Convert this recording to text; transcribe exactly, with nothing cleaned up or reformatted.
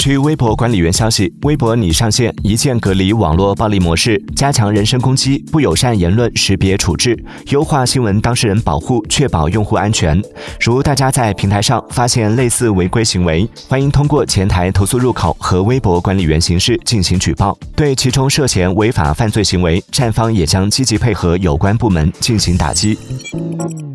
据微博管理员消息，微博拟上线一键隔离网络暴力模式，加强人身攻击、不友善言论识别处置，优化新闻当事人保护，确保用户安全。如大家在平台上发现类似违规行为，欢迎通过前台投诉入口和微博管理员形式进行举报。对其中涉嫌违法犯罪行为，站方也将积极配合有关部门进行打击。